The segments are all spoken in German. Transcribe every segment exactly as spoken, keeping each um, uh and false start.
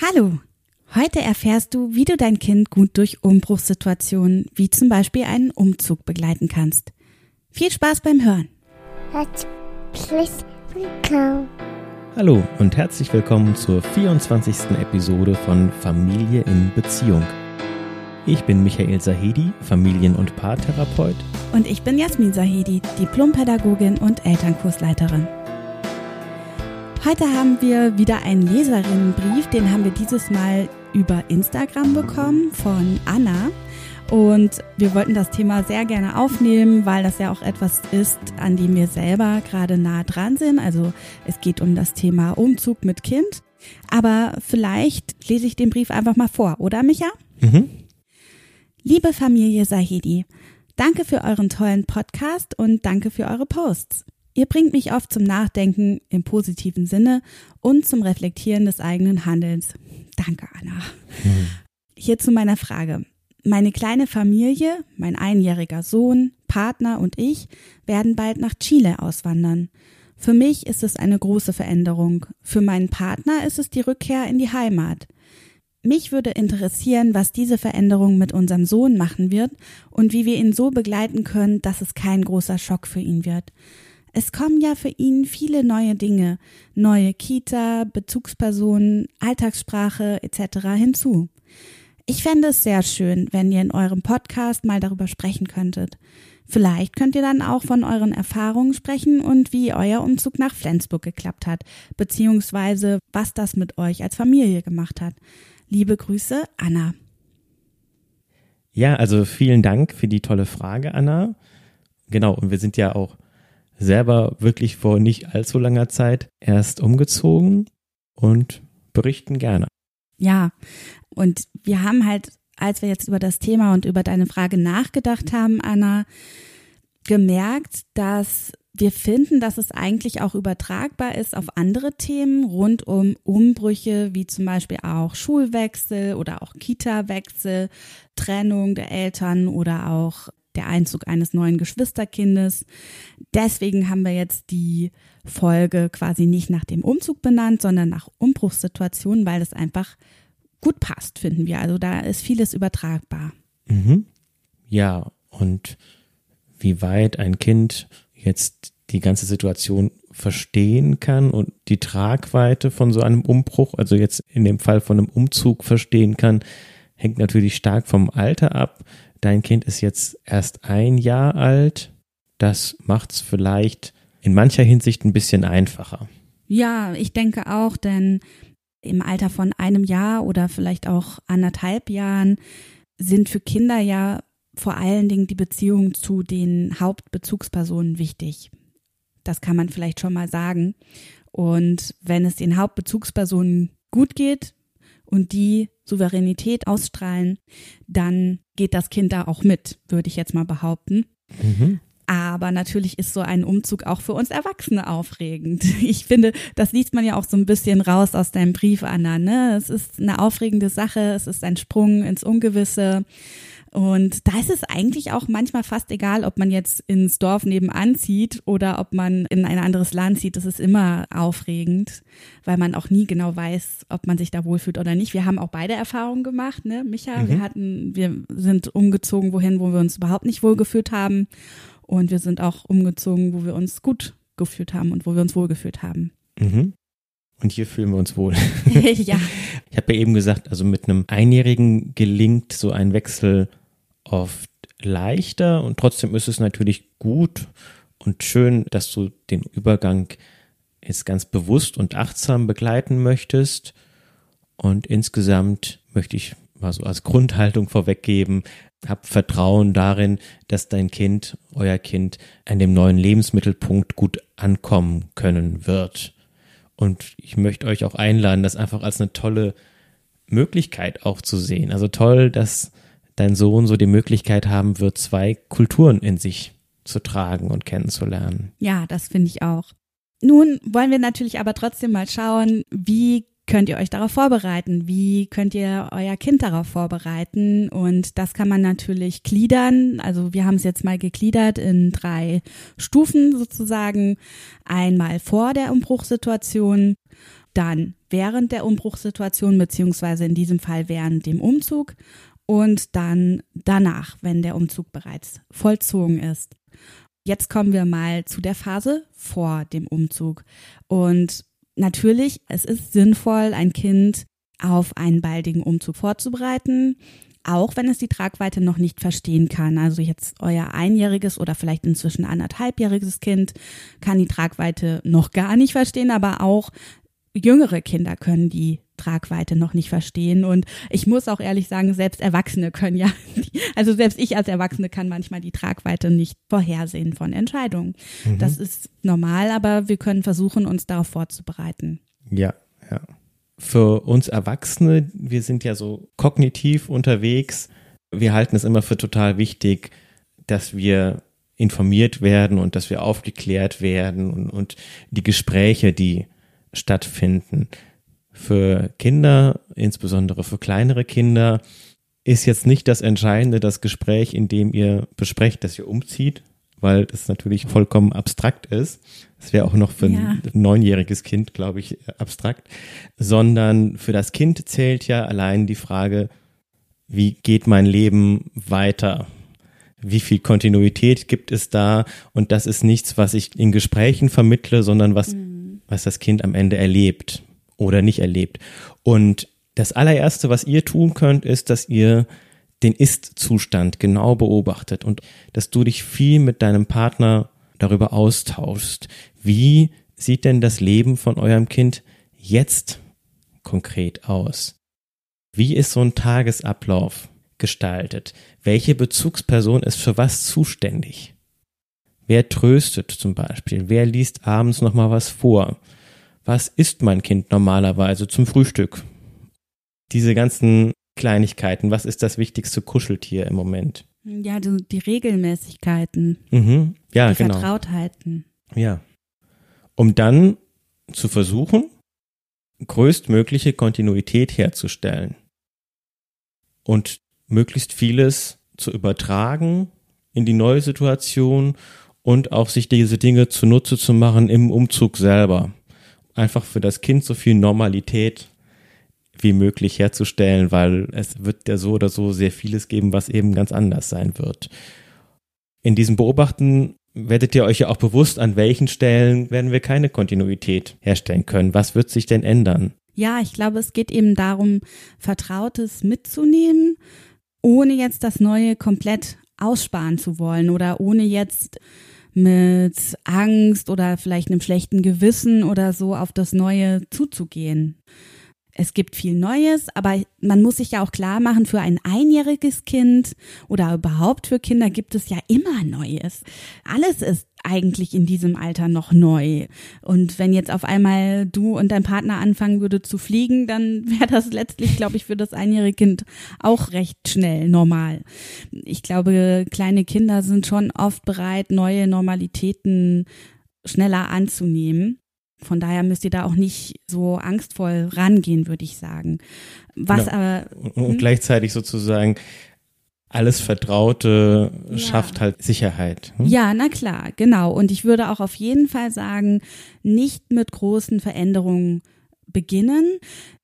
Hallo, heute erfährst du, wie du dein Kind gut durch Umbruchssituationen, wie zum Beispiel einen Umzug, begleiten kannst. Viel Spaß beim Hören. Herzlich willkommen. Hallo und herzlich willkommen zur vierundzwanzigsten Episode von Familie in Beziehung. Ich bin Michael Sahedi, Familien- und Paartherapeut. Und ich bin Jasmin Sahedi, Diplompädagogin und Elternkursleiterin. Heute haben wir wieder einen Leserinnenbrief, den haben wir dieses Mal über Instagram bekommen von Anna. Und wir wollten das Thema sehr gerne aufnehmen, weil das ja auch etwas ist, an dem wir selber gerade nah dran sind. Also es geht um das Thema Umzug mit Kind. Aber vielleicht lese ich den Brief einfach mal vor, oder Micha? Mhm. Liebe Familie Sahedi, danke für euren tollen Podcast und danke für eure Posts. Ihr bringt mich oft zum Nachdenken im positiven Sinne und zum Reflektieren des eigenen Handelns. Danke, Anna. Mhm. Hier zu meiner Frage. Meine kleine Familie, mein einjähriger Sohn, Partner und ich werden bald nach Chile auswandern. Für mich ist es eine große Veränderung. Für meinen Partner ist es die Rückkehr in die Heimat. Mich würde interessieren, was diese Veränderung mit unserem Sohn machen wird und wie wir ihn so begleiten können, dass es kein großer Schock für ihn wird. Es kommen ja für ihn viele neue Dinge, neue Kita, Bezugspersonen, Alltagssprache et cetera hinzu. Ich fände es sehr schön, wenn ihr in eurem Podcast mal darüber sprechen könntet. Vielleicht könnt ihr dann auch von euren Erfahrungen sprechen und wie euer Umzug nach Flensburg geklappt hat, beziehungsweise was das mit euch als Familie gemacht hat. Liebe Grüße, Anna. Ja, also vielen Dank für die tolle Frage, Anna. Genau, und wir sind ja auch selber wirklich vor nicht allzu langer Zeit erst umgezogen und berichten gerne. Ja, und wir haben halt, als wir jetzt über das Thema und über deine Frage nachgedacht haben, Anna, gemerkt, dass wir finden, dass es eigentlich auch übertragbar ist auf andere Themen rund um Umbrüche, wie zum Beispiel auch Schulwechsel oder auch Kita-Wechsel, Trennung der Eltern oder auch der Einzug eines neuen Geschwisterkindes. Deswegen haben wir jetzt die Folge quasi nicht nach dem Umzug benannt, sondern nach Umbruchssituationen, weil es einfach gut passt, finden wir. Also da ist vieles übertragbar. Mhm. Ja, und wie weit ein Kind jetzt die ganze Situation verstehen kann und die Tragweite von so einem Umbruch, also jetzt in dem Fall von einem Umzug verstehen kann, hängt natürlich stark vom Alter ab. Dein Kind ist jetzt erst ein Jahr alt. Das macht es vielleicht in mancher Hinsicht ein bisschen einfacher. Ja, ich denke auch, denn im Alter von einem Jahr oder vielleicht auch anderthalb Jahren sind für Kinder ja vor allen Dingen die Beziehungen zu den Hauptbezugspersonen wichtig. Das kann man vielleicht schon mal sagen. Und wenn es den Hauptbezugspersonen gut geht und die Souveränität ausstrahlen, dann geht das Kind da auch mit, würde ich jetzt mal behaupten. Mhm. Aber natürlich ist so ein Umzug auch für uns Erwachsene aufregend. Ich finde, das liest man ja auch so ein bisschen raus aus deinem Brief, Anna, ne? Es ist eine aufregende Sache, es ist ein Sprung ins Ungewisse. Und da ist es eigentlich auch manchmal fast egal, ob man jetzt ins Dorf nebenan zieht oder ob man in ein anderes Land zieht. Das ist immer aufregend, weil man auch nie genau weiß, ob man sich da wohlfühlt oder nicht. Wir haben auch beide Erfahrungen gemacht, ne, Micha? Mhm. Wir hatten, wir sind umgezogen, wohin, wo wir uns überhaupt nicht wohlgefühlt haben. Und wir sind auch umgezogen, wo wir uns gut gefühlt haben und wo wir uns wohlgefühlt haben. Mhm. Und hier fühlen wir uns wohl. Ja. Ich habe ja eben gesagt, also mit einem Einjährigen gelingt so ein Wechsel oft leichter und trotzdem ist es natürlich gut und schön, dass du den Übergang jetzt ganz bewusst und achtsam begleiten möchtest. Und insgesamt möchte ich mal so als Grundhaltung vorweggeben, hab Vertrauen darin, dass dein Kind, euer Kind an dem neuen Lebensmittelpunkt gut ankommen können wird. Und ich möchte euch auch einladen, das einfach als eine tolle Möglichkeit auch zu sehen. Also toll, dass dein Sohn so die Möglichkeit haben wird, zwei Kulturen in sich zu tragen und kennenzulernen. Ja, das finde ich auch. Nun wollen wir natürlich aber trotzdem mal schauen, wie könnt ihr euch darauf vorbereiten? Wie könnt ihr euer Kind darauf vorbereiten? Und das kann man natürlich gliedern. Also wir haben es jetzt mal gegliedert in drei Stufen sozusagen. Einmal vor der Umbruchssituation, dann während der Umbruchssituation, beziehungsweise in diesem Fall während dem Umzug und dann danach, wenn der Umzug bereits vollzogen ist. Jetzt kommen wir mal zu der Phase vor dem Umzug. Und natürlich, es ist sinnvoll, ein Kind auf einen baldigen Umzug vorzubereiten, auch wenn es die Tragweite noch nicht verstehen kann. Also jetzt euer einjähriges oder vielleicht inzwischen anderthalbjähriges Kind kann die Tragweite noch gar nicht verstehen, aber auch jüngere Kinder können die Tragweite noch nicht verstehen. Und ich muss auch ehrlich sagen, selbst Erwachsene können ja, also selbst ich als Erwachsene kann manchmal die Tragweite nicht vorhersehen von Entscheidungen. Mhm. Das ist normal, aber wir können versuchen, uns darauf vorzubereiten. Ja, ja. Für uns Erwachsene, wir sind ja so kognitiv unterwegs, wir halten es immer für total wichtig, dass wir informiert werden und dass wir aufgeklärt werden und, und die Gespräche, die stattfinden. Für Kinder, insbesondere für kleinere Kinder, ist jetzt nicht das Entscheidende das Gespräch, in dem ihr besprecht, dass ihr umzieht, weil das natürlich vollkommen abstrakt ist. Das wäre auch noch für ja. ein neunjähriges Kind, glaube ich, abstrakt. Sondern für das Kind zählt ja allein die Frage, wie geht mein Leben weiter? Wie viel Kontinuität gibt es da? Und das ist nichts, was ich in Gesprächen vermittle, sondern was, mhm. was das Kind am Ende erlebt oder nicht erlebt. Und das allererste, was ihr tun könnt, ist, dass ihr den Ist-Zustand genau beobachtet und dass du dich viel mit deinem Partner darüber austauschst. Wie sieht denn das Leben von eurem Kind jetzt konkret aus? Wie ist so ein Tagesablauf gestaltet? Welche Bezugsperson ist für was zuständig? Wer tröstet zum Beispiel? Wer liest abends nochmal was vor? Was isst mein Kind normalerweise zum Frühstück? Diese ganzen Kleinigkeiten, was ist das wichtigste Kuscheltier im Moment? Ja, die, die Regelmäßigkeiten, mhm. ja, die genau. Vertrautheiten. Ja, um dann zu versuchen, größtmögliche Kontinuität herzustellen und möglichst vieles zu übertragen in die neue Situation und auch sich diese Dinge zunutze zu machen im Umzug selber. Einfach für das Kind so viel Normalität wie möglich herzustellen, weil es wird ja so oder so sehr vieles geben, was eben ganz anders sein wird. In diesem Beobachten werdet ihr euch ja auch bewusst, an welchen Stellen werden wir keine Kontinuität herstellen können. Was wird sich denn ändern? Ja, ich glaube, es geht eben darum, Vertrautes mitzunehmen, ohne jetzt das Neue komplett aussparen zu wollen oder ohne jetzt mit Angst oder vielleicht einem schlechten Gewissen oder so auf das Neue zuzugehen. Es gibt viel Neues, aber man muss sich ja auch klar machen, für ein einjähriges Kind oder überhaupt für Kinder gibt es ja immer Neues. Alles ist eigentlich in diesem Alter noch neu. Und wenn jetzt auf einmal du und dein Partner anfangen würde zu fliegen, dann wäre das letztlich, glaube ich, für das einjährige Kind auch recht schnell normal. Ich glaube, kleine Kinder sind schon oft bereit, neue Normalitäten schneller anzunehmen. Von daher müsst ihr da auch nicht so angstvoll rangehen, würde ich sagen. Was genau. aber hm? Und gleichzeitig sozusagen alles Vertraute ja. schafft halt Sicherheit. Hm? Ja, na klar, genau. Und ich würde auch auf jeden Fall sagen, nicht mit großen Veränderungen beginnen.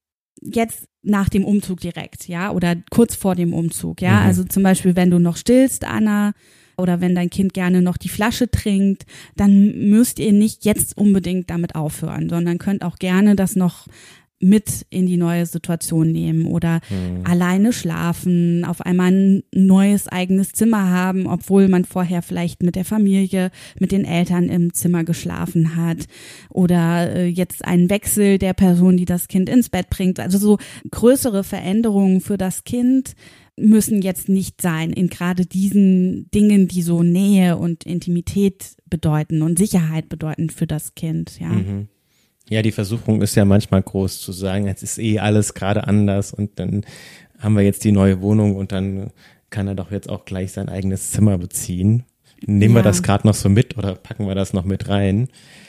Jetzt nach dem Umzug direkt, ja, oder kurz vor dem Umzug, ja. Mhm. Also zum Beispiel, wenn du noch stillst, Anna, oder wenn dein Kind gerne noch die Flasche trinkt, dann müsst ihr nicht jetzt unbedingt damit aufhören, sondern könnt auch gerne das noch mit in die neue Situation nehmen oder mhm. alleine schlafen, auf einmal ein neues eigenes Zimmer haben, obwohl man vorher vielleicht mit der Familie, mit den Eltern im Zimmer geschlafen hat oder äh, jetzt einen Wechsel der Person, die das Kind ins Bett bringt. Also so größere Veränderungen für das Kind müssen jetzt nicht sein in gerade diesen Dingen, die so Nähe und Intimität bedeuten und Sicherheit bedeuten für das Kind, ja. Mhm. Ja, die Versuchung ist ja manchmal groß zu sagen, jetzt ist eh alles gerade anders und dann haben wir jetzt die neue Wohnung und dann kann er doch jetzt auch gleich sein eigenes Zimmer beziehen. Nehmen ja. wir das gerade noch so mit oder packen wir das noch mit rein?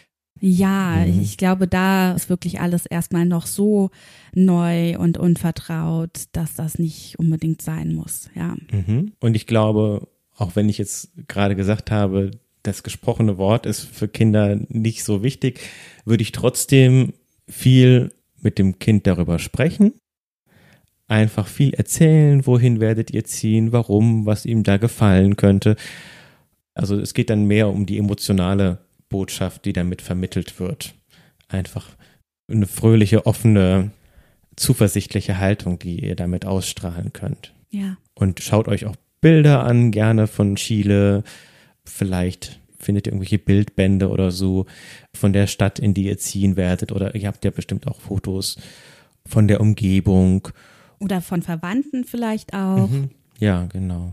Ja, mhm. ich glaube, da ist wirklich alles erstmal noch so neu und unvertraut, dass das nicht unbedingt sein muss, ja. Mhm. Und ich glaube, auch wenn ich jetzt gerade gesagt habe, das gesprochene Wort ist für Kinder nicht so wichtig, würde ich trotzdem viel mit dem Kind darüber sprechen, einfach viel erzählen, wohin werdet ihr ziehen, warum, was ihm da gefallen könnte. Also es geht dann mehr um die emotionale Botschaft, die damit vermittelt wird. Einfach eine fröhliche, offene, zuversichtliche Haltung, die ihr damit ausstrahlen könnt. Ja. Und schaut euch auch Bilder an, gerne von Chile. Vielleicht findet ihr irgendwelche Bildbände oder so von der Stadt, in die ihr ziehen werdet. Oder ihr habt ja bestimmt auch Fotos von der Umgebung. Oder von Verwandten vielleicht auch. Mhm. Ja, genau.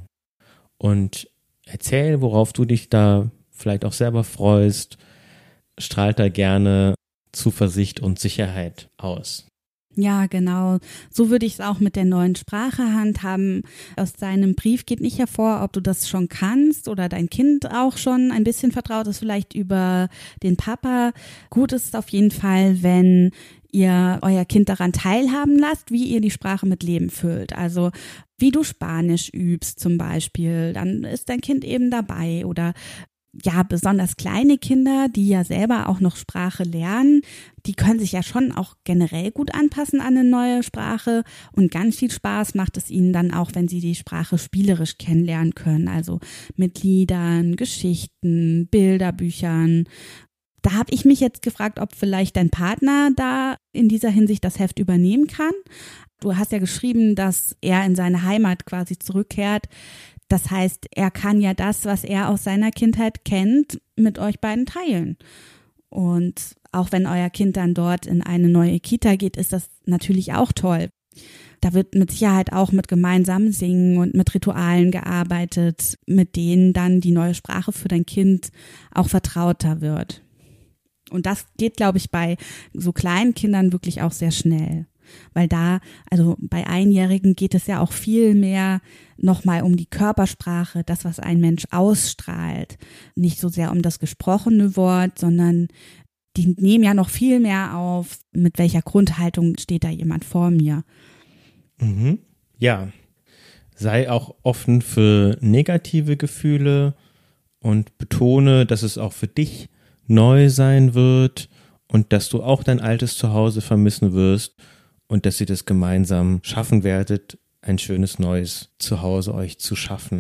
Und erzähl, worauf du dich da vielleicht auch selber freust. Strahlt da gerne Zuversicht und Sicherheit aus. Ja, genau. So würde ich es auch mit der neuen Sprache handhaben. Aus deinem Brief geht nicht hervor, ob du das schon kannst oder dein Kind auch schon ein bisschen vertraut ist, vielleicht über den Papa. Gut ist auf jeden Fall, wenn ihr euer Kind daran teilhaben lasst, wie ihr die Sprache mit Leben füllt. Also wie du Spanisch übst zum Beispiel, dann ist dein Kind eben dabei. Oder ja, besonders kleine Kinder, die ja selber auch noch Sprache lernen, die können sich ja schon auch generell gut anpassen an eine neue Sprache und ganz viel Spaß macht es ihnen dann auch, wenn sie die Sprache spielerisch kennenlernen können, also mit Liedern, Geschichten, Bilderbüchern. Da habe ich mich jetzt gefragt, ob vielleicht dein Partner da in dieser Hinsicht das Heft übernehmen kann. Du hast ja geschrieben, dass er in seine Heimat quasi zurückkehrt. Das heißt, er kann ja das, was er aus seiner Kindheit kennt, mit euch beiden teilen. Und auch wenn euer Kind dann dort in eine neue Kita geht, ist das natürlich auch toll. Da wird mit Sicherheit auch mit gemeinsamem Singen und mit Ritualen gearbeitet, mit denen dann die neue Sprache für dein Kind auch vertrauter wird. Und das geht, glaube ich, bei so kleinen Kindern wirklich auch sehr schnell. Weil da, also bei Einjährigen geht es ja auch viel mehr nochmal um die Körpersprache, das, was ein Mensch ausstrahlt. Nicht so sehr um das gesprochene Wort, sondern die nehmen ja noch viel mehr auf, mit welcher Grundhaltung steht da jemand vor mir. Mhm. Ja, sei auch offen für negative Gefühle und betone, dass es auch für dich neu sein wird und dass du auch dein altes Zuhause vermissen wirst. Und dass ihr das gemeinsam schaffen werdet, ein schönes neues Zuhause euch zu schaffen.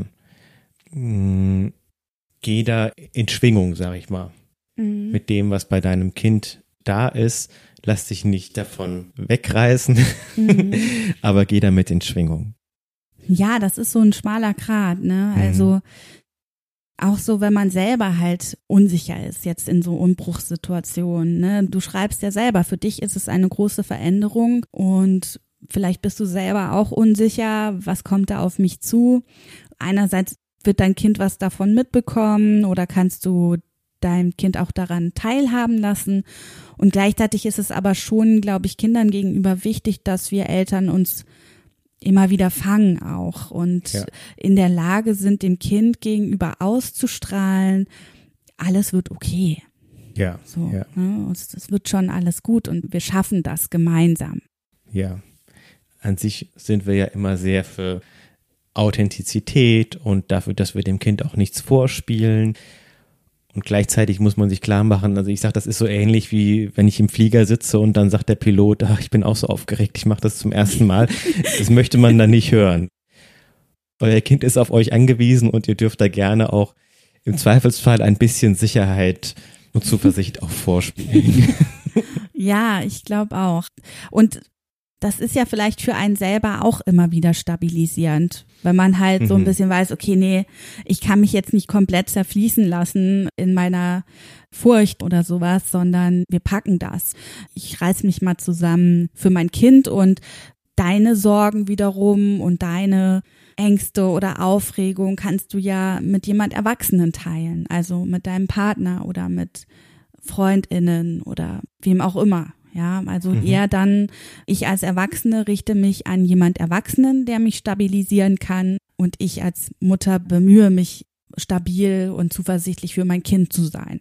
Hm, geh da in Schwingung, sag ich mal, mhm. mit dem, was bei deinem Kind da ist. Lass dich nicht davon wegreißen, mhm. aber geh damit in Schwingung. Ja, das ist so ein schmaler Grat, ne? Also mhm. auch so, wenn man selber halt unsicher ist, jetzt in so Umbruchssituationen, ne? Du schreibst ja selber, für dich ist es eine große Veränderung und vielleicht bist du selber auch unsicher, was kommt da auf mich zu? Einerseits wird dein Kind was davon mitbekommen oder kannst du dein Kind auch daran teilhaben lassen und gleichzeitig ist es aber schon, glaube ich, Kindern gegenüber wichtig, dass wir Eltern uns immer wieder fangen auch und ja. in der Lage sind, dem Kind gegenüber auszustrahlen, alles wird okay. Ja. So, ja. Ne? Es wird schon alles gut und wir schaffen das gemeinsam. Ja. An sich sind wir ja immer sehr für Authentizität und dafür, dass wir dem Kind auch nichts vorspielen. Und gleichzeitig muss man sich klar machen, also ich sage, das ist so ähnlich wie wenn ich im Flieger sitze und dann sagt der Pilot, ach, ich bin auch so aufgeregt, ich mache das zum ersten Mal. Das möchte man dann nicht hören. Euer Kind ist auf euch angewiesen und ihr dürft da gerne auch im Zweifelsfall ein bisschen Sicherheit und Zuversicht auch vorspielen. Ja, ich glaube auch. Und das ist ja vielleicht für einen selber auch immer wieder stabilisierend, wenn man halt mhm. so ein bisschen weiß, okay, nee, ich kann mich jetzt nicht komplett zerfließen lassen in meiner Furcht oder sowas, sondern wir packen das. Ich reiß mich mal zusammen für mein Kind und deine Sorgen wiederum und deine Ängste oder Aufregung kannst du ja mit jemand Erwachsenen teilen, also mit deinem Partner oder mit FreundInnen oder wem auch immer. Ja, also mhm. eher dann, ich als Erwachsene richte mich an jemand Erwachsenen, der mich stabilisieren kann und ich als Mutter bemühe mich, stabil und zuversichtlich für mein Kind zu sein.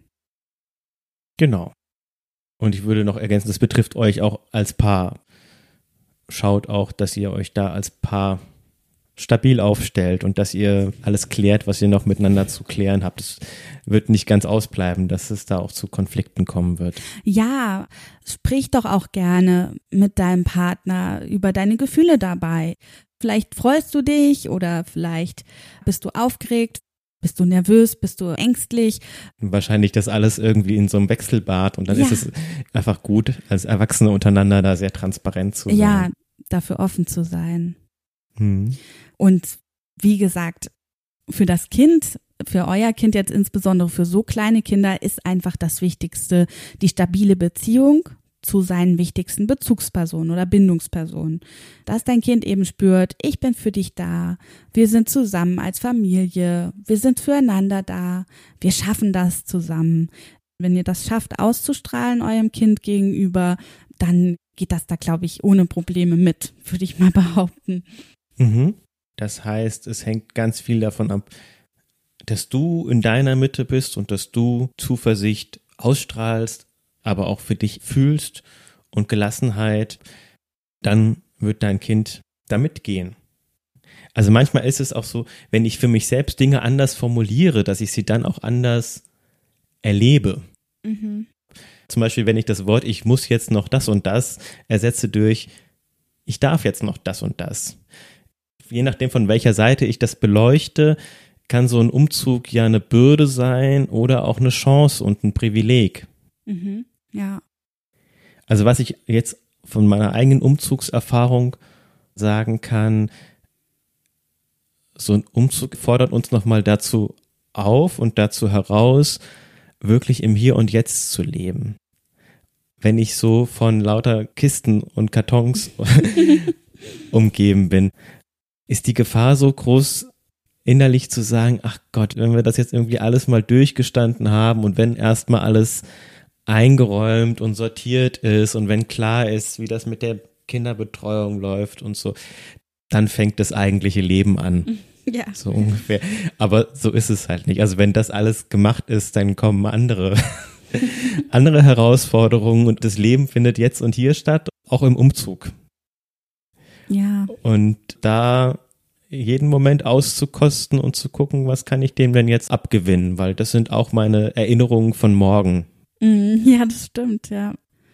Genau. Und ich würde noch ergänzen, das betrifft euch auch als Paar. Schaut auch, dass ihr euch da als Paar stabil aufstellt und dass ihr alles klärt, was ihr noch miteinander zu klären habt. Es wird nicht ganz ausbleiben, dass es da auch zu Konflikten kommen wird. Ja, sprich doch auch gerne mit deinem Partner über deine Gefühle dabei. Vielleicht freust du dich oder vielleicht bist du aufgeregt, bist du nervös, bist du ängstlich. Wahrscheinlich das alles irgendwie in so einem Wechselbad und dann Ja. ist es einfach gut, als Erwachsene untereinander da sehr transparent zu sein. Ja, dafür offen zu sein. Hm. Und wie gesagt, für das Kind, für euer Kind jetzt insbesondere, für so kleine Kinder ist einfach das Wichtigste die stabile Beziehung zu seinen wichtigsten Bezugspersonen oder Bindungspersonen. Dass dein Kind eben spürt, ich bin für dich da, wir sind zusammen als Familie, wir sind füreinander da, wir schaffen das zusammen. Wenn ihr das schafft auszustrahlen eurem Kind gegenüber, dann geht das da, glaube ich, ohne Probleme mit, würde ich mal behaupten. Mhm. Das heißt, es hängt ganz viel davon ab, dass du in deiner Mitte bist und dass du Zuversicht ausstrahlst, aber auch für dich fühlst und Gelassenheit, dann wird dein Kind da mitgehen. Also manchmal ist es auch so, wenn ich für mich selbst Dinge anders formuliere, dass ich sie dann auch anders erlebe. Mhm. Zum Beispiel, wenn ich das Wort ich muss jetzt noch das und das ersetze durch ich darf jetzt noch das und das. Je nachdem, von welcher Seite ich das beleuchte, kann so ein Umzug ja eine Bürde sein oder auch eine Chance und ein Privileg. Mhm. Ja. Also was ich jetzt von meiner eigenen Umzugserfahrung sagen kann, so ein Umzug fordert uns nochmal dazu auf und dazu heraus, wirklich im Hier und Jetzt zu leben. Wenn ich so von lauter Kisten und Kartons umgeben bin, ist die Gefahr so groß, innerlich zu sagen, ach Gott, wenn wir das jetzt irgendwie alles mal durchgestanden haben und wenn erstmal alles eingeräumt und sortiert ist und wenn klar ist, wie das mit der Kinderbetreuung läuft und so, dann fängt das eigentliche Leben an. Ja. So ungefähr. Aber so ist es halt nicht. Also wenn das alles gemacht ist, dann kommen andere, andere Herausforderungen und das Leben findet jetzt und hier statt, auch im Umzug. Ja. Und da jeden Moment auszukosten und zu gucken, was kann ich dem denn jetzt abgewinnen, weil das sind auch meine Erinnerungen von morgen. Ja, das stimmt, ja.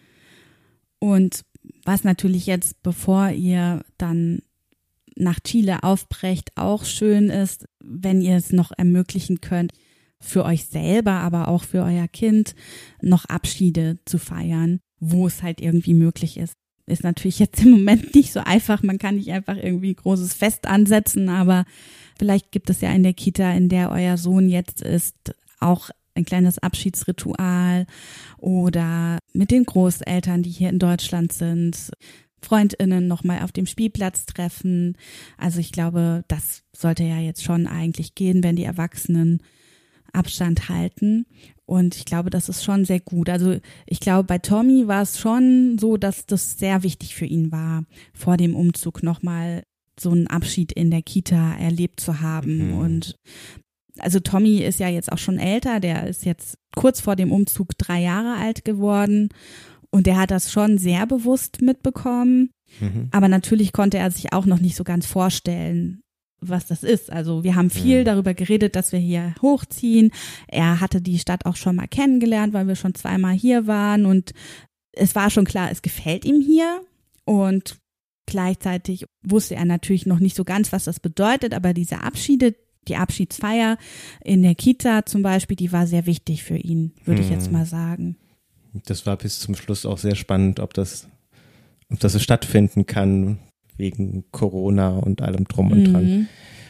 Und was natürlich jetzt, bevor ihr dann nach Chile aufbrecht, auch schön ist, wenn ihr es noch ermöglichen könnt, für euch selber, aber auch für euer Kind noch Abschiede zu feiern, wo es halt irgendwie möglich ist. Ist natürlich jetzt im Moment nicht so einfach, man kann nicht einfach irgendwie ein großes Fest ansetzen, aber vielleicht gibt es ja in der Kita, in der euer Sohn jetzt ist, auch ein kleines Abschiedsritual oder mit den Großeltern, die hier in Deutschland sind, FreundInnen nochmal auf dem Spielplatz treffen. Also ich glaube, das sollte ja jetzt schon eigentlich gehen, wenn die Erwachsenen Abstand halten. Und ich glaube, das ist schon sehr gut. Also ich glaube, bei Tommy war es schon so, dass das sehr wichtig für ihn war, vor dem Umzug nochmal so einen Abschied in der Kita erlebt zu haben. Mhm. Und also Tommy ist ja jetzt auch schon älter, der ist jetzt kurz vor dem Umzug drei Jahre alt geworden und der hat das schon sehr bewusst mitbekommen. Mhm. Aber natürlich konnte er sich auch noch nicht so ganz vorstellen, was das ist. Also wir haben viel ja. darüber geredet, dass wir hier hochziehen. Er hatte die Stadt auch schon mal kennengelernt, weil wir schon zweimal hier waren und es war schon klar, es gefällt ihm hier und gleichzeitig wusste er natürlich noch nicht so ganz, was das bedeutet, aber diese Abschiede, die Abschiedsfeier in der Kita zum Beispiel, die war sehr wichtig für ihn, würde hm. ich jetzt mal sagen. Das war bis zum Schluss auch sehr spannend, ob das, ob das so stattfinden kann, wegen Corona und allem drum und dran. Mhm.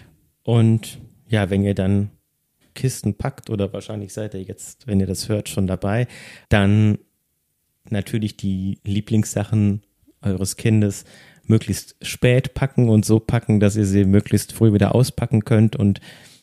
Und ja, wenn ihr dann Kisten packt oder wahrscheinlich seid ihr jetzt, wenn ihr das hört, schon dabei, dann natürlich die Lieblingssachen eures Kindes möglichst spät packen und so packen, dass ihr sie möglichst früh wieder auspacken könnt. Und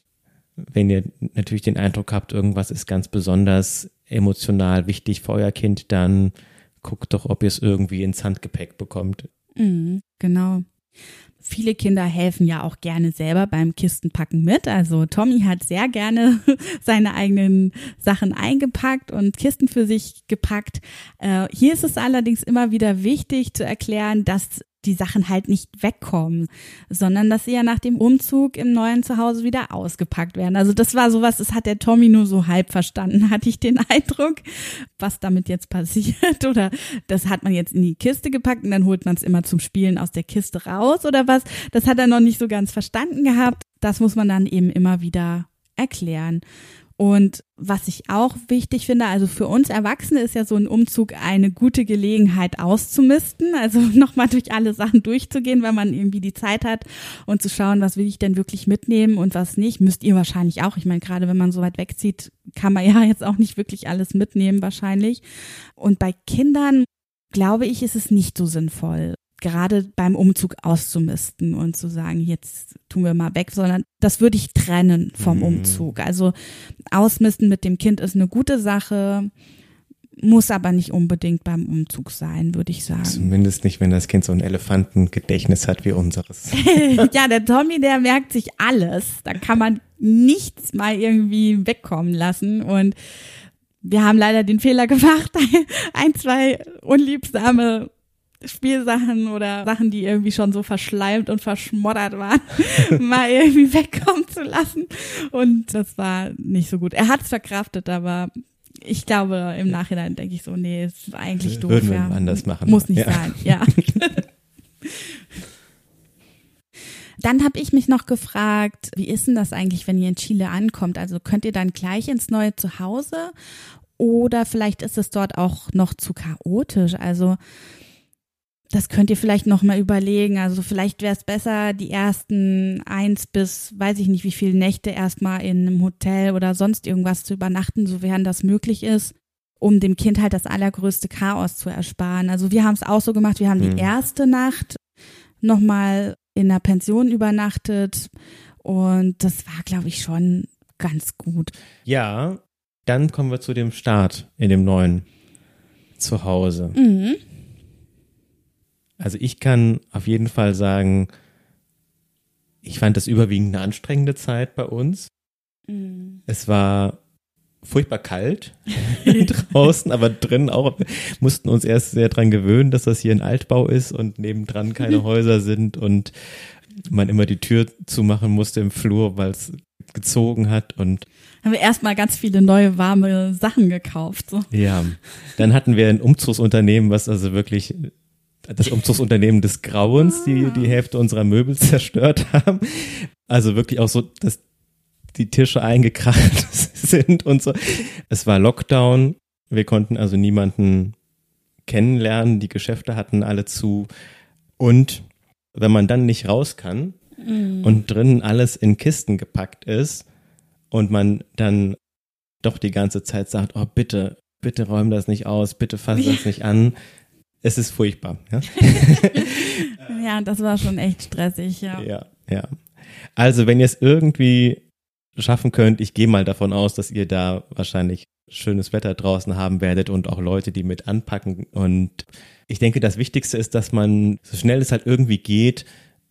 wenn ihr natürlich den Eindruck habt, irgendwas ist ganz besonders emotional wichtig für euer Kind, dann guckt doch, ob ihr es irgendwie ins Handgepäck bekommt. Mhm, genau. Viele Kinder helfen ja auch gerne selber beim Kistenpacken mit. Also Tommy hat sehr gerne seine eigenen Sachen eingepackt und Kisten für sich gepackt. Äh, hier ist es allerdings immer wieder wichtig zu erklären, dass die Sachen halt nicht wegkommen, sondern dass sie ja nach dem Umzug im neuen Zuhause wieder ausgepackt werden. Also das war sowas, das hat der Tommy nur so halb verstanden, hatte ich den Eindruck, was damit jetzt passiert. Oder das hat man jetzt in die Kiste gepackt und dann holt man es immer zum Spielen aus der Kiste raus oder was. Das hat er noch nicht so ganz verstanden gehabt. Das muss man dann eben immer wieder erklären. Und was ich auch wichtig finde, also für uns Erwachsene ist ja so ein Umzug eine gute Gelegenheit auszumisten, also nochmal durch alle Sachen durchzugehen, wenn man irgendwie die Zeit hat und zu schauen, was will ich denn wirklich mitnehmen und was nicht. Müsst ihr wahrscheinlich auch. Ich meine, gerade wenn man so weit wegzieht, kann man ja jetzt auch nicht wirklich alles mitnehmen wahrscheinlich. Und bei Kindern, glaube ich, ist es nicht so sinnvoll, gerade beim Umzug auszumisten und zu sagen, jetzt tun wir mal weg, sondern das würde ich trennen vom Umzug. Also ausmisten mit dem Kind ist eine gute Sache, muss aber nicht unbedingt beim Umzug sein, würde ich sagen. Zumindest nicht, wenn das Kind so ein Elefantengedächtnis hat wie unseres. Ja, der Tommy, der merkt sich alles. Da kann man nichts mal irgendwie wegkommen lassen und wir haben leider den Fehler gemacht, ein, zwei unliebsame Spielsachen oder Sachen, die irgendwie schon so verschleimt und verschmoddert waren, mal irgendwie wegkommen zu lassen. Und das war nicht so gut. Er hat es verkraftet, aber ich glaube, im Nachhinein denke ich so, nee, ist eigentlich doof. Würden wir ja. anders machen. Muss nicht ja. sein, ja. Dann habe ich mich noch gefragt, wie ist denn das eigentlich, wenn ihr in Chile ankommt? Also könnt ihr dann gleich ins neue Zuhause oder vielleicht ist es dort auch noch zu chaotisch? Also das könnt ihr vielleicht noch mal überlegen. Also vielleicht wäre es besser, die ersten eins bis, weiß ich nicht wie viele Nächte erstmal in einem Hotel oder sonst irgendwas zu übernachten, sofern das möglich ist, um dem Kind halt das allergrößte Chaos zu ersparen. Also wir haben es auch so gemacht, wir haben Mhm. die erste Nacht noch mal in einer Pension übernachtet und das war, glaube ich, schon ganz gut. Ja, dann kommen wir zu dem Start in dem neuen Zuhause. Mhm. Also ich kann auf jeden Fall sagen, ich fand das überwiegend eine anstrengende Zeit bei uns. Mhm. Es war furchtbar kalt draußen, aber drin auch. Wir mussten uns erst sehr dran gewöhnen, dass das hier ein Altbau ist und nebendran keine Häuser sind und man immer die Tür zumachen musste im Flur, weil es gezogen hat und Haben wir erstmal ganz viele neue warme Sachen gekauft. So. ja, dann hatten wir ein Umzugsunternehmen, was also wirklich das Umzugsunternehmen des Grauens, die die Hälfte unserer Möbel zerstört haben. Also wirklich auch so, dass die Tische eingekracht sind und so. Es war Lockdown. Wir konnten also niemanden kennenlernen. Die Geschäfte hatten alle zu. Und wenn man dann nicht raus kann Mhm. und drinnen alles in Kisten gepackt ist und man dann doch die ganze Zeit sagt, oh bitte, bitte räum das nicht aus, bitte fass das nicht an. Es ist furchtbar. Ja? Ja, das war schon echt stressig, ja. Ja, ja. Also wenn ihr es irgendwie schaffen könnt, ich gehe mal davon aus, dass ihr da wahrscheinlich schönes Wetter draußen haben werdet und auch Leute, die mit anpacken. Und ich denke, das Wichtigste ist, dass man, so schnell es halt irgendwie geht,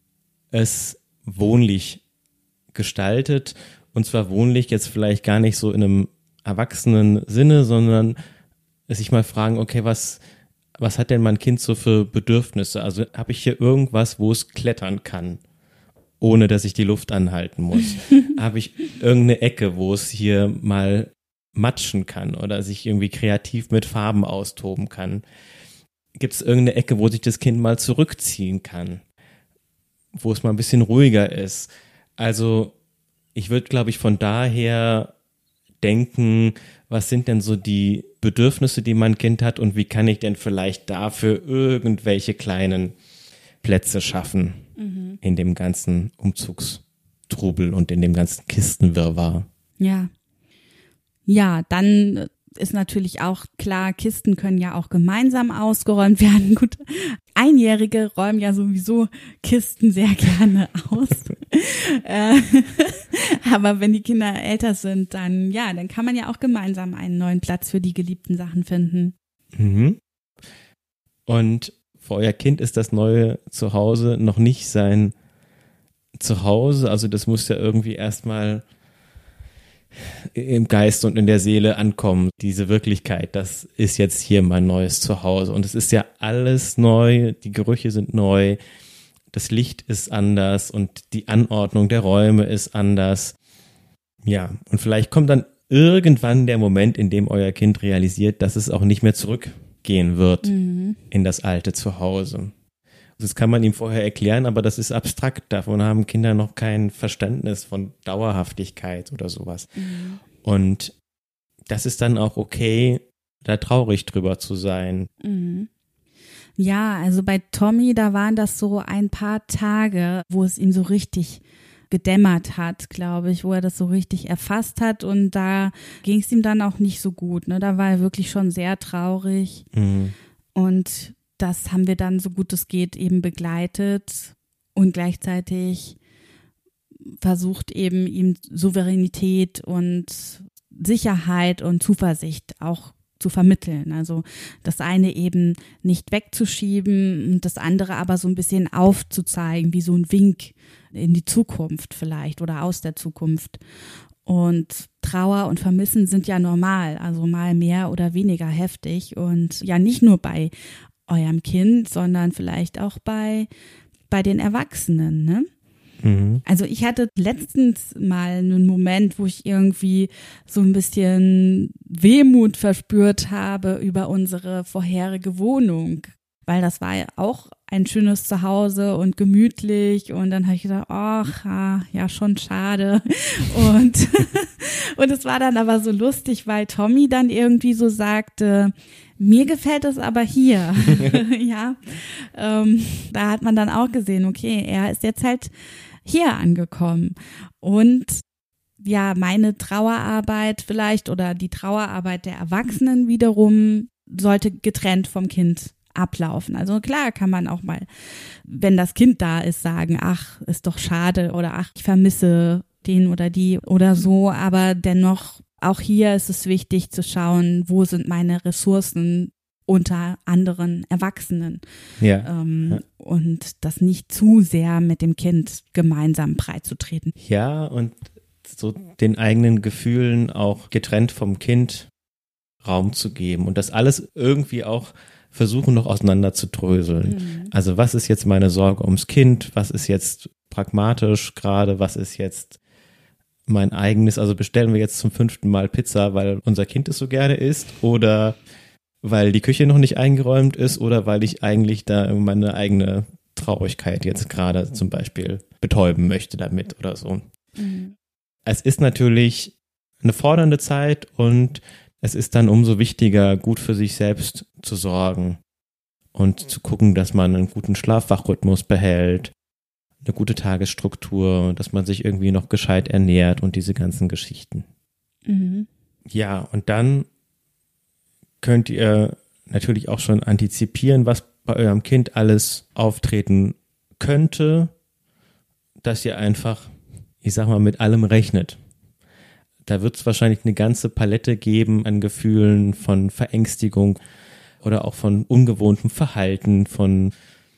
es wohnlich gestaltet. Und zwar wohnlich jetzt vielleicht gar nicht so in einem erwachsenen Sinne, sondern sich mal fragen, okay, was was hat denn mein Kind so für Bedürfnisse? Also habe ich hier irgendwas, wo es klettern kann, ohne dass ich die Luft anhalten muss? Habe ich irgendeine Ecke, wo es hier mal matschen kann oder sich irgendwie kreativ mit Farben austoben kann? Gibt es irgendeine Ecke, wo sich das Kind mal zurückziehen kann? Wo es mal ein bisschen ruhiger ist? Also ich würde, glaube ich, von daher denken, was sind denn so die Bedürfnisse, die mein Kind hat und wie kann ich denn vielleicht dafür irgendwelche kleinen Plätze schaffen mhm. in dem ganzen Umzugstrubel und in dem ganzen Kistenwirrwarr. Ja. Ja, dann ist natürlich auch klar, Kisten können ja auch gemeinsam ausgeräumt werden. Gut, Einjährige räumen ja sowieso Kisten sehr gerne aus. äh, aber wenn die Kinder älter sind, dann ja, dann kann man ja auch gemeinsam einen neuen Platz für die geliebten Sachen finden. Mhm. Und für euer Kind ist das neue Zuhause noch nicht sein Zuhause. Also das muss ja irgendwie erstmal im Geist und in der Seele ankommen. Diese Wirklichkeit, das ist jetzt hier mein neues Zuhause. Und es ist ja alles neu, die Gerüche sind neu, das Licht ist anders und die Anordnung der Räume ist anders. Ja, und vielleicht kommt dann irgendwann der Moment, in dem euer Kind realisiert, dass es auch nicht mehr zurückgehen wird mhm. in das alte Zuhause. Das kann man ihm vorher erklären, aber das ist abstrakt. Davon haben Kinder noch kein Verständnis von Dauerhaftigkeit oder sowas. Mhm. Und das ist dann auch okay, da traurig drüber zu sein. Mhm. Ja, also bei Tommy, da waren das so ein paar Tage, wo es ihm so richtig gedämmert hat, glaube ich, wo er das so richtig erfasst hat und da ging es ihm dann auch nicht so gut. Ne? Da war er wirklich schon sehr traurig mhm. und das haben wir dann so gut es geht eben begleitet und gleichzeitig versucht eben ihm Souveränität und Sicherheit und Zuversicht auch zu vermitteln. Also das eine eben nicht wegzuschieben und das andere aber so ein bisschen aufzuzeigen, wie so ein Wink in die Zukunft vielleicht oder aus der Zukunft. Und Trauer und Vermissen sind ja normal, also mal mehr oder weniger heftig und ja nicht nur bei eurem Kind, sondern vielleicht auch bei, bei den Erwachsenen, ne? Mhm. Also ich hatte letztens mal einen Moment, wo ich irgendwie so ein bisschen Wehmut verspürt habe über unsere vorherige Wohnung, weil das war ja auch ein schönes Zuhause und gemütlich und dann habe ich gedacht, ach, ja, schon schade und und es war dann aber so lustig, weil Tommy dann irgendwie so sagte, mir gefällt es aber hier. ja, ähm, da hat man dann auch gesehen, okay, er ist jetzt halt hier angekommen und ja, meine Trauerarbeit vielleicht oder die Trauerarbeit der Erwachsenen wiederum sollte getrennt vom Kind ablaufen. Also klar kann man auch mal, wenn das Kind da ist, sagen, ach, ist doch schade oder ach, ich vermisse den oder die oder so, aber dennoch auch hier ist es wichtig zu schauen, wo sind meine Ressourcen unter anderen Erwachsenen. Ja. Ähm, ja. Und das nicht zu sehr mit dem Kind gemeinsam breitzutreten. Ja, und so den eigenen Gefühlen auch getrennt vom Kind Raum zu geben und das alles irgendwie auch versuchen noch auseinander zu dröseln. Mhm. Also was ist jetzt meine Sorge ums Kind? Was ist jetzt pragmatisch gerade? Was ist jetzt mein eigenes? Also bestellen wir jetzt zum fünften Mal Pizza, weil unser Kind es so gerne isst oder weil die Küche noch nicht eingeräumt ist oder weil ich eigentlich da meine eigene Traurigkeit jetzt gerade zum Beispiel betäuben möchte damit oder so. Mhm. Es ist natürlich eine fordernde Zeit und es ist dann umso wichtiger, gut für sich selbst zu sorgen und zu gucken, dass man einen guten Schlaf-Wach-Rhythmus behält, eine gute Tagesstruktur, dass man sich irgendwie noch gescheit ernährt und diese ganzen Geschichten. Mhm. Ja, und dann könnt ihr natürlich auch schon antizipieren, was bei eurem Kind alles auftreten könnte, dass ihr einfach, ich sag mal, mit allem rechnet. Da wird es wahrscheinlich eine ganze Palette geben an Gefühlen von Verängstigung oder auch von ungewohntem Verhalten, von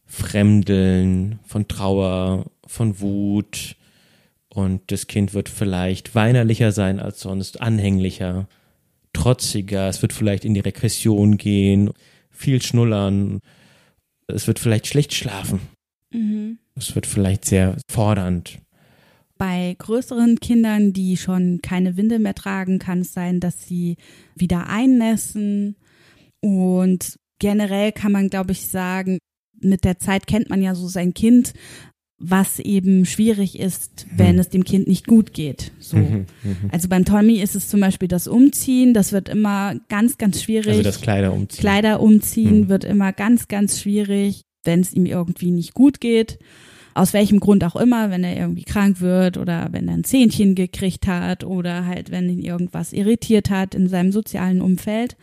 Fremdeln, von Trauer, von Wut. Und das Kind wird vielleicht weinerlicher sein als sonst, anhänglicher, trotziger. Es wird vielleicht in die Regression gehen, viel schnullern. Es wird vielleicht schlecht schlafen. Mhm. Es wird vielleicht sehr fordernd. Bei größeren Kindern, die schon keine Windel mehr tragen, kann es sein, dass sie wieder einnässen. Und generell kann man, glaube ich, sagen, mit der Zeit kennt man ja so sein Kind, was eben schwierig ist, wenn hm. es dem Kind nicht gut geht. So. Mhm, mh. Also beim Tommy ist es zum Beispiel das Umziehen, das wird immer ganz, ganz schwierig. Also das Kleider umziehen. Kleider umziehen hm. wird immer ganz, ganz schwierig, wenn es ihm irgendwie nicht gut geht. Aus welchem Grund auch immer, wenn er irgendwie krank wird oder wenn er ein Zähnchen gekriegt hat oder halt, wenn ihn irgendwas irritiert hat in seinem sozialen Umfeld.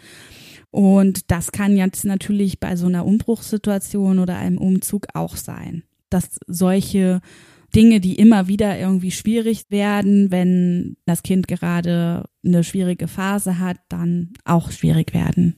Und das kann jetzt natürlich bei so einer Umbruchssituation oder einem Umzug auch sein, dass solche Dinge, die immer wieder irgendwie schwierig werden, wenn das Kind gerade eine schwierige Phase hat, dann auch schwierig werden.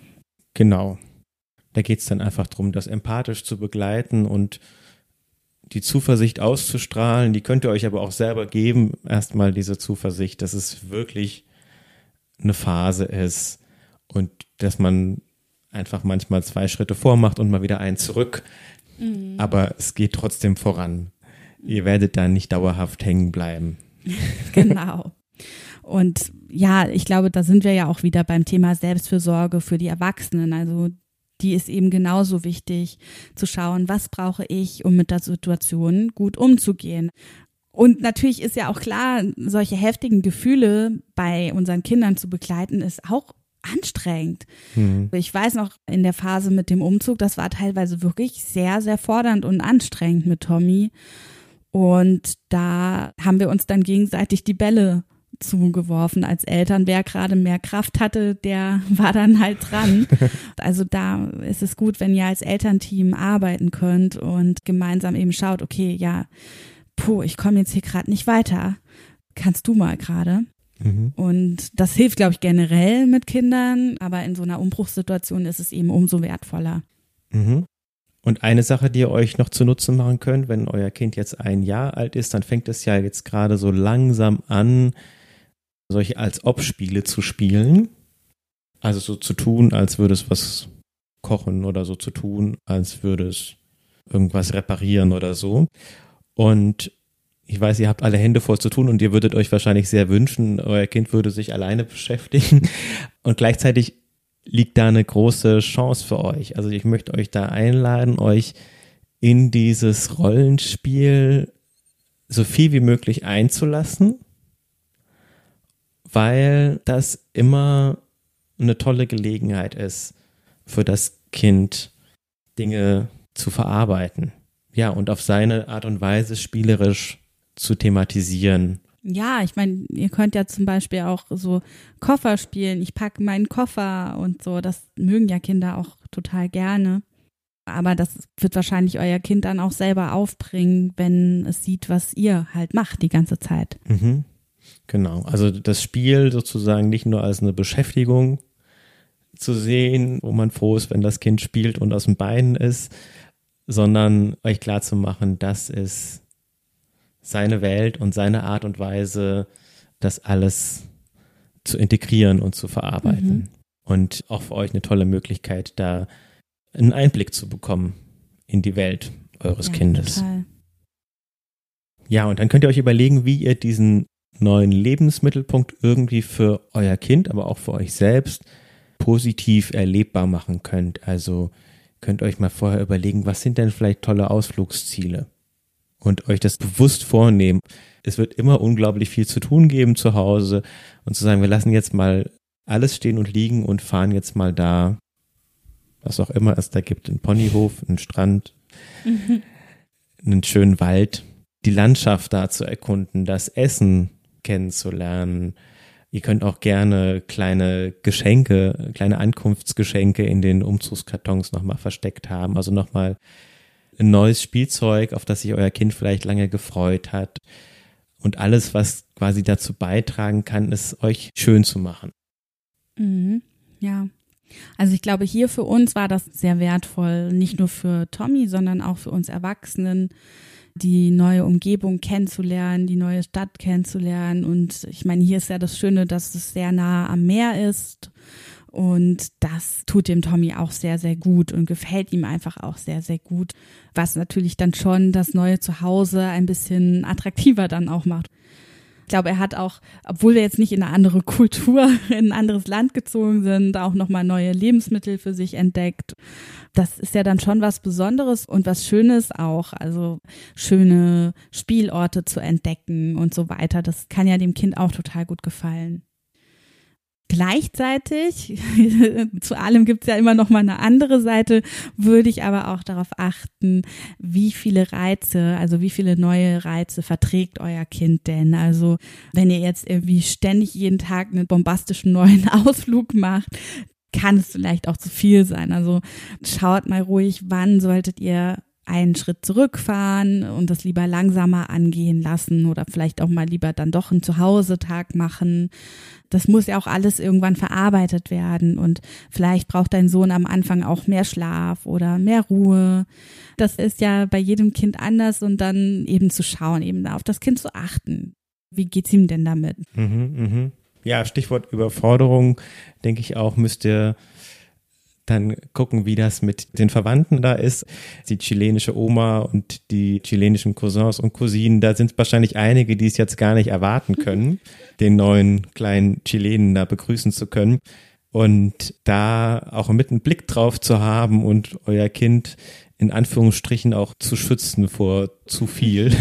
Genau. Da geht es dann einfach darum, das empathisch zu begleiten und die Zuversicht auszustrahlen, die könnt ihr euch aber auch selber geben, erstmal diese Zuversicht, dass es wirklich eine Phase ist und dass man einfach manchmal zwei Schritte vormacht und mal wieder einen zurück, mhm. aber es geht trotzdem voran. Ihr werdet da nicht dauerhaft hängen bleiben. Genau. Und ja, ich glaube, da sind wir ja auch wieder beim Thema Selbstfürsorge für die Erwachsenen. Also die ist eben genauso wichtig, zu schauen, was brauche ich, um mit der Situation gut umzugehen. Und natürlich ist ja auch klar, solche heftigen Gefühle bei unseren Kindern zu begleiten, ist auch anstrengend. Mhm. Ich weiß noch, in der Phase mit dem Umzug, das war teilweise wirklich sehr, sehr fordernd und anstrengend mit Tommy. Und da haben wir uns dann gegenseitig die Bälle zugeworfen als Eltern. Wer gerade mehr Kraft hatte, der war dann halt dran. Also da ist es gut, wenn ihr als Elternteam arbeiten könnt und gemeinsam eben schaut, okay, ja, puh, ich komme jetzt hier gerade nicht weiter. Kannst du mal gerade? Mhm. Und das hilft, glaube ich, generell mit Kindern, aber in so einer Umbruchssituation ist es eben umso wertvoller. Mhm. Und eine Sache, die ihr euch noch zunutze machen könnt, wenn euer Kind jetzt ein Jahr alt ist, dann fängt es ja jetzt gerade so langsam an, solche Als-Ob-Spiele zu spielen. Also so zu tun, als würde es was kochen oder so zu tun, als würde es irgendwas reparieren oder so. Und ich weiß, ihr habt alle Hände voll zu tun und ihr würdet euch wahrscheinlich sehr wünschen, euer Kind würde sich alleine beschäftigen. Und gleichzeitig liegt da eine große Chance für euch. Also ich möchte euch da einladen, euch in dieses Rollenspiel so viel wie möglich einzulassen, weil das immer eine tolle Gelegenheit ist, für das Kind Dinge zu verarbeiten. Ja, und auf seine Art und Weise spielerisch zu thematisieren. Ja, ich meine, ihr könnt ja zum Beispiel auch so Koffer spielen. Ich packe meinen Koffer und so. Das mögen ja Kinder auch total gerne. Aber das wird wahrscheinlich euer Kind dann auch selber aufbringen, wenn es sieht, was ihr halt macht die ganze Zeit. Mhm. Genau. Also das Spiel sozusagen nicht nur als eine Beschäftigung zu sehen, wo man froh ist, wenn das Kind spielt und aus den Beinen ist, sondern euch klar zu machen, das ist seine Welt und seine Art und Weise, das alles zu integrieren und zu verarbeiten. Mhm. Und auch für euch eine tolle Möglichkeit, da einen Einblick zu bekommen in die Welt eures ja, Kindes. Total. Ja, und dann könnt ihr euch überlegen, wie ihr diesen neuen Lebensmittelpunkt irgendwie für euer Kind, aber auch für euch selbst positiv erlebbar machen könnt. Also könnt euch mal vorher überlegen, was sind denn vielleicht tolle Ausflugsziele? Und euch das bewusst vornehmen. Es wird immer unglaublich viel zu tun geben zu Hause und zu sagen, wir lassen jetzt mal alles stehen und liegen und fahren jetzt mal da, was auch immer es da gibt, einen Ponyhof, einen Strand, mhm. einen schönen Wald, die Landschaft da zu erkunden, das Essen kennenzulernen. Ihr könnt auch gerne kleine Geschenke, kleine Ankunftsgeschenke in den Umzugskartons nochmal versteckt haben, also nochmal ein neues Spielzeug, auf das sich euer Kind vielleicht lange gefreut hat. Und alles, was quasi dazu beitragen kann, es euch schön zu machen. Mhm, ja. Also ich glaube, hier für uns war das sehr wertvoll, nicht nur für Tommy, sondern auch für uns Erwachsenen, die neue Umgebung kennenzulernen, die neue Stadt kennenzulernen. Und ich meine, hier ist ja das Schöne, dass es sehr nah am Meer ist. Und das tut dem Tommy auch sehr, sehr gut und gefällt ihm einfach auch sehr, sehr gut, was natürlich dann schon das neue Zuhause ein bisschen attraktiver dann auch macht. Ich glaube, er hat auch, obwohl wir jetzt nicht in eine andere Kultur, in ein anderes Land gezogen sind, auch nochmal neue Lebensmittel für sich entdeckt. Das ist ja dann schon was Besonderes und was Schönes auch, also schöne Spielorte zu entdecken und so weiter. Das kann ja dem Kind auch total gut gefallen. Gleichzeitig, zu allem gibt es ja immer noch mal eine andere Seite, würde ich aber auch darauf achten, wie viele Reize, also wie viele neue Reize verträgt euer Kind denn? Also wenn ihr jetzt irgendwie ständig jeden Tag einen bombastischen neuen Ausflug macht, kann es vielleicht auch zu viel sein. Also schaut mal ruhig, wann solltet ihr einen Schritt zurückfahren und das lieber langsamer angehen lassen oder vielleicht auch mal lieber dann doch einen Zuhause-Tag machen. Das muss ja auch alles irgendwann verarbeitet werden und vielleicht braucht dein Sohn am Anfang auch mehr Schlaf oder mehr Ruhe. Das ist ja bei jedem Kind anders und dann eben zu schauen, eben auf das Kind zu achten. Wie geht's ihm denn damit? Mhm, mhm. Ja, Stichwort Überforderung, denke ich auch, müsst ihr dann gucken, wie das mit den Verwandten da ist. Die chilenische Oma und die chilenischen Cousins und Cousinen, da sind wahrscheinlich einige, die es jetzt gar nicht erwarten können, den neuen kleinen Chilenen da begrüßen zu können. Und da auch mit einem Blick drauf zu haben und euer Kind in Anführungsstrichen auch zu schützen vor zu viel,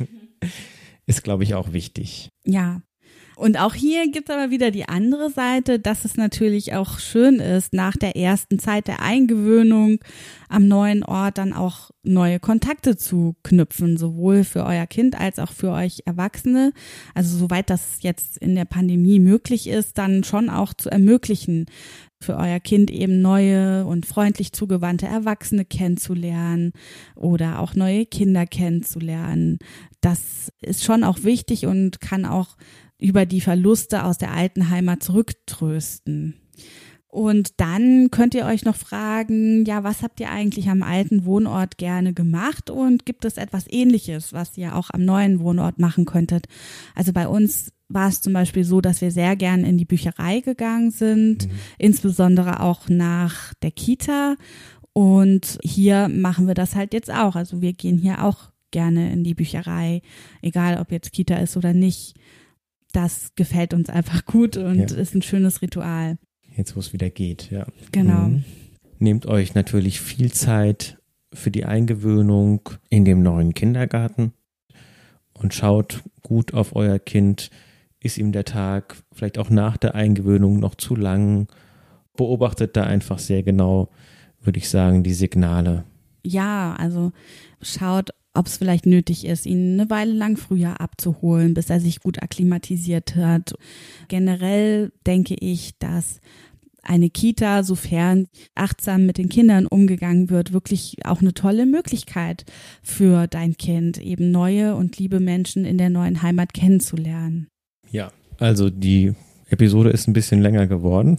ist, glaube ich, auch wichtig. Ja. Und auch hier gibt es aber wieder die andere Seite, dass es natürlich auch schön ist, nach der ersten Zeit der Eingewöhnung am neuen Ort dann auch neue Kontakte zu knüpfen, sowohl für euer Kind als auch für euch Erwachsene. Also soweit das jetzt in der Pandemie möglich ist, dann schon auch zu ermöglichen, für euer Kind eben neue und freundlich zugewandte Erwachsene kennenzulernen oder auch neue Kinder kennenzulernen. Das ist schon auch wichtig und kann auch über die Verluste aus der alten Heimat zurücktrösten. Und dann könnt ihr euch noch fragen, ja, was habt ihr eigentlich am alten Wohnort gerne gemacht und gibt es etwas Ähnliches, was ihr auch am neuen Wohnort machen könntet? Also bei uns war es zum Beispiel so, dass wir sehr gern in die Bücherei gegangen sind, mhm. insbesondere auch nach der Kita. Und hier machen wir das halt jetzt auch. Also wir gehen hier auch gerne in die Bücherei, egal ob jetzt Kita ist oder nicht. Das gefällt uns einfach gut und ja. ist ein schönes Ritual. Jetzt, wo es wieder geht, ja. Genau. Mhm. Nehmt euch natürlich viel Zeit für die Eingewöhnung in dem neuen Kindergarten und schaut gut auf euer Kind. Ist ihm der Tag vielleicht auch nach der Eingewöhnung noch zu lang? Beobachtet da einfach sehr genau, würde ich sagen, die Signale. Ja, also schaut, ob es vielleicht nötig ist, ihn eine Weile lang früher abzuholen, bis er sich gut akklimatisiert hat. Generell denke ich, dass eine Kita, sofern achtsam mit den Kindern umgegangen wird, wirklich auch eine tolle Möglichkeit für dein Kind, eben neue und liebe Menschen in der neuen Heimat kennenzulernen. Ja, also die Episode ist ein bisschen länger geworden.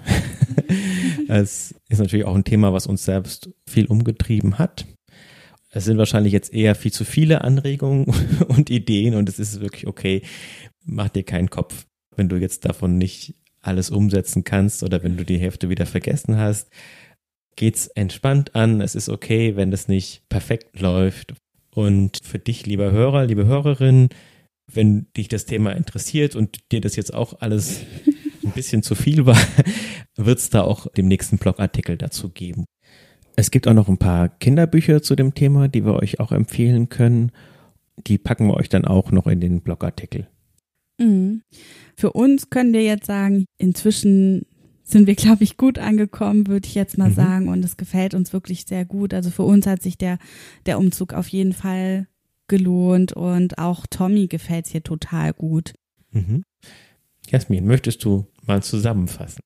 Es ist natürlich auch ein Thema, was uns selbst viel umgetrieben hat. Es sind wahrscheinlich jetzt eher viel zu viele Anregungen und Ideen und es ist wirklich okay, mach dir keinen Kopf, wenn du jetzt davon nicht alles umsetzen kannst oder wenn du die Hälfte wieder vergessen hast. Geht's entspannt an, es ist okay, wenn das nicht perfekt läuft. Und für dich, lieber Hörer, liebe Hörerin, wenn dich das Thema interessiert und dir das jetzt auch alles ein bisschen zu viel war, wird es da auch den nächsten Blogartikel dazu geben. Es gibt auch noch ein paar Kinderbücher zu dem Thema, die wir euch auch empfehlen können. Die packen wir euch dann auch noch in den Blogartikel. Mhm. Für uns können wir jetzt sagen, inzwischen sind wir, glaube ich, gut angekommen, würde ich jetzt mal mhm. sagen. Und es gefällt uns wirklich sehr gut. Also für uns hat sich der, der Umzug auf jeden Fall gelohnt und auch Tommy gefällt es hier total gut. Mhm. Jasmin, möchtest du mal zusammenfassen?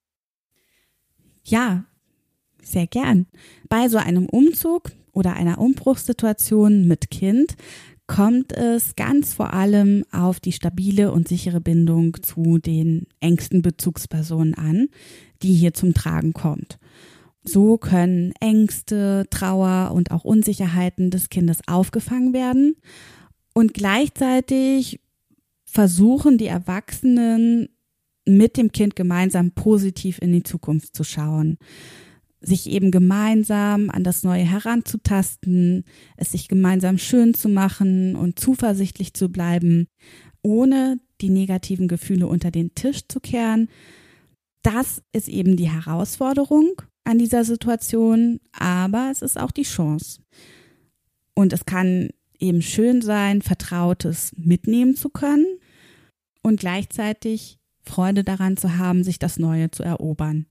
Ja, sehr gern. Bei so einem Umzug oder einer Umbruchssituation mit Kind kommt es ganz vor allem auf die stabile und sichere Bindung zu den engsten Bezugspersonen an, die hier zum Tragen kommt. So können Ängste, Trauer und auch Unsicherheiten des Kindes aufgefangen werden und gleichzeitig versuchen die Erwachsenen mit dem Kind gemeinsam positiv in die Zukunft zu schauen, sich eben gemeinsam an das Neue heranzutasten, es sich gemeinsam schön zu machen und zuversichtlich zu bleiben, ohne die negativen Gefühle unter den Tisch zu kehren. Das ist eben die Herausforderung an dieser Situation, aber es ist auch die Chance. Und es kann eben schön sein, Vertrautes mitnehmen zu können und gleichzeitig Freude daran zu haben, sich das Neue zu erobern.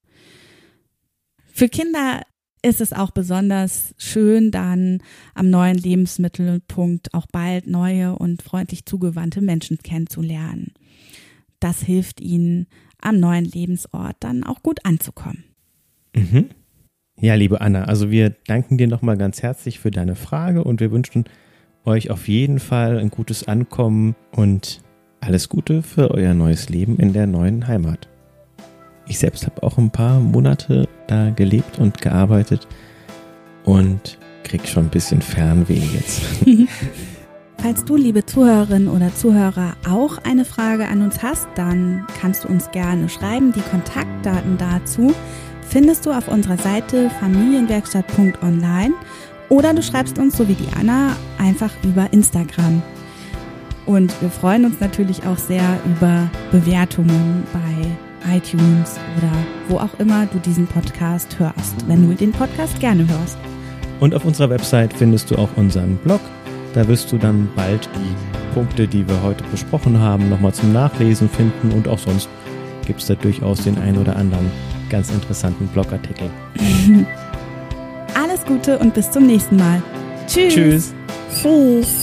Für Kinder ist es auch besonders schön, dann am neuen Lebensmittelpunkt auch bald neue und freundlich zugewandte Menschen kennenzulernen. Das hilft ihnen, am neuen Lebensort dann auch gut anzukommen. Mhm. Ja, liebe Anna, also wir danken dir nochmal ganz herzlich für deine Frage und wir wünschen euch auf jeden Fall ein gutes Ankommen und alles Gute für euer neues Leben in der neuen Heimat. Ich selbst habe auch ein paar Monate da gelebt und gearbeitet und krieg schon ein bisschen Fernweh jetzt. Falls du, liebe Zuhörerinnen oder Zuhörer, auch eine Frage an uns hast, dann kannst du uns gerne schreiben. Die Kontaktdaten dazu findest du auf unserer Seite familienwerkstatt punkt online oder du schreibst uns, so wie die Anna, einfach über Instagram. Und wir freuen uns natürlich auch sehr über Bewertungen bei iTunes oder wo auch immer du diesen Podcast hörst, wenn du den Podcast gerne hörst. Und auf unserer Website findest du auch unseren Blog. Da wirst du dann bald die Punkte, die wir heute besprochen haben, nochmal zum Nachlesen finden und auch sonst gibt es da durchaus den einen oder anderen ganz interessanten Blogartikel. Alles Gute und bis zum nächsten Mal. Tschüss. Tschüss. Tschüss.